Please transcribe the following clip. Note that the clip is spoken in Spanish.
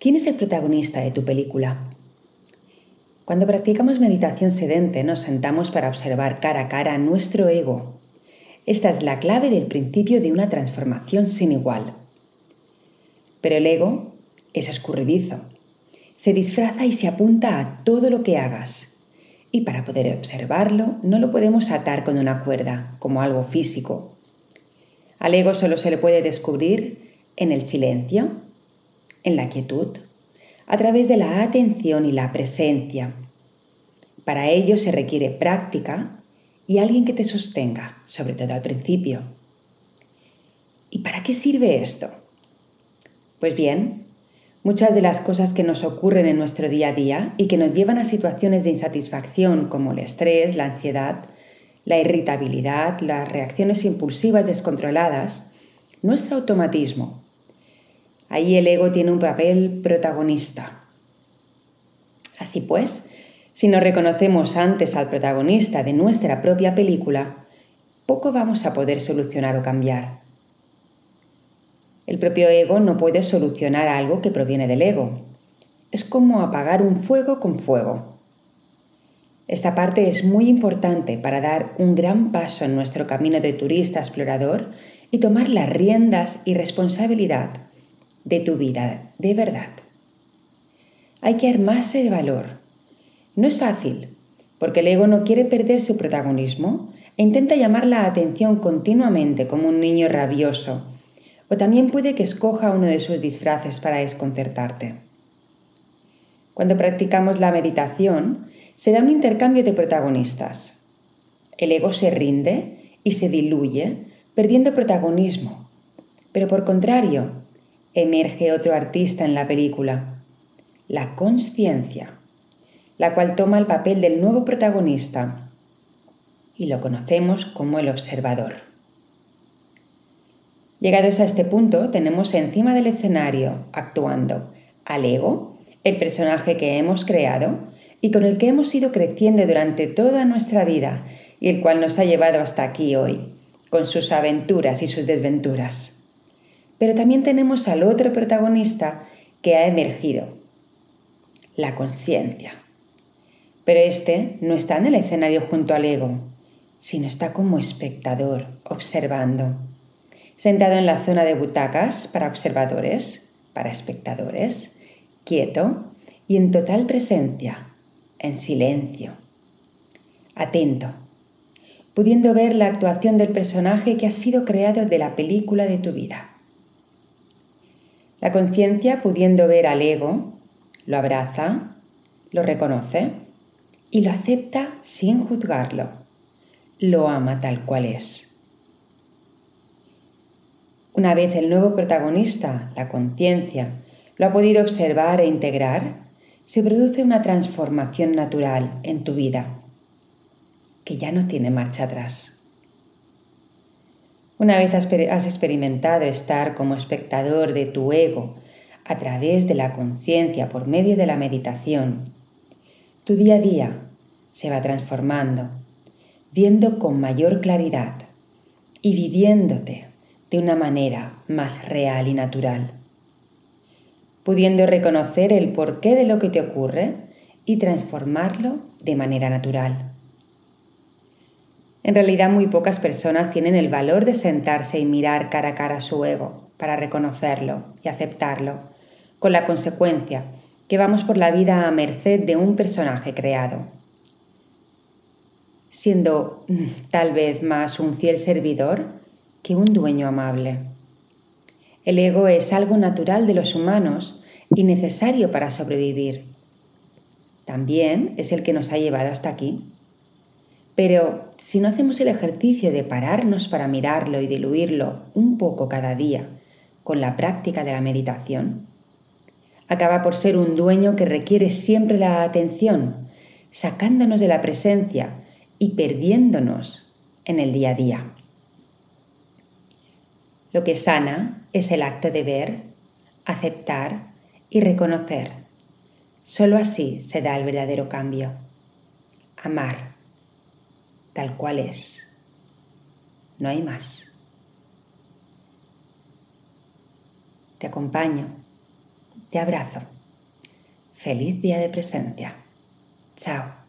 ¿Quién es el protagonista de tu película? Cuando practicamos meditación sedente nos sentamos para observar cara a cara nuestro ego. Esta es la clave del principio de una transformación sin igual. Pero el ego es escurridizo. Se disfraza y se apunta a todo lo que hagas. Y para poder observarlo no lo podemos atar con una cuerda, como algo físico. Al ego solo se le puede descubrir en el silencio, en la quietud, a través de la atención y la presencia. Para ello se requiere práctica y alguien que te sostenga, sobre todo al principio. ¿Y para qué sirve esto? Pues bien, muchas de las cosas que nos ocurren en nuestro día a día y que nos llevan a situaciones de insatisfacción como el estrés, la ansiedad, la irritabilidad, las reacciones impulsivas descontroladas, nuestro automatismo. Ahí el ego tiene un papel protagonista. Así pues, si nos reconocemos antes al protagonista de nuestra propia película, poco vamos a poder solucionar o cambiar. El propio ego no puede solucionar algo que proviene del ego. Es como apagar un fuego con fuego. Esta parte es muy importante para dar un gran paso en nuestro camino de turista explorador y tomar las riendas y responsabilidad de tu vida de verdad. Hay que armarse de valor. No es fácil, porque el ego no quiere perder su protagonismo e intenta llamar la atención continuamente como un niño rabioso, o también puede que escoja uno de sus disfraces para desconcertarte. Cuando practicamos la meditación, se da un intercambio de protagonistas. El ego se rinde y se diluye, perdiendo protagonismo, pero por contrario, emerge otro artista en la película, la consciencia, la cual toma el papel del nuevo protagonista y lo conocemos como el observador. Llegados a este punto, tenemos encima del escenario, actuando, al ego, el personaje que hemos creado y con el que hemos ido creciendo durante toda nuestra vida y el cual nos ha llevado hasta aquí hoy, con sus aventuras y sus desventuras. Pero también tenemos al otro protagonista que ha emergido, la conciencia. Pero este no está en el escenario junto al ego, sino está como espectador, observando, sentado en la zona de butacas para observadores, para espectadores, quieto y en total presencia, en silencio, atento, pudiendo ver la actuación del personaje que ha sido creado de la película de tu vida. La conciencia, pudiendo ver al ego, lo abraza, lo reconoce y lo acepta sin juzgarlo. Lo ama tal cual es. Una vez el nuevo protagonista, la conciencia, lo ha podido observar e integrar, se produce una transformación natural en tu vida, que ya no tiene marcha atrás. Una vez has experimentado estar como espectador de tu ego a través de la conciencia por medio de la meditación, tu día a día se va transformando, viendo con mayor claridad y viviéndote de una manera más real y natural, pudiendo reconocer el porqué de lo que te ocurre y transformarlo de manera natural. En realidad muy pocas personas tienen el valor de sentarse y mirar cara a cara su ego para reconocerlo y aceptarlo, con la consecuencia que vamos por la vida a merced de un personaje creado, siendo tal vez más un fiel servidor que un dueño amable. El ego es algo natural de los humanos y necesario para sobrevivir. También es el que nos ha llevado hasta aquí. Pero si no hacemos el ejercicio de pararnos para mirarlo y diluirlo un poco cada día con la práctica de la meditación, acaba por ser un dueño que requiere siempre la atención, sacándonos de la presencia y perdiéndonos en el día a día. Lo que sana es el acto de ver, aceptar y reconocer. Solo así se da el verdadero cambio. Amar tal cual es. No hay más. Te acompaño Te abrazo. Feliz día de presencia. Chao.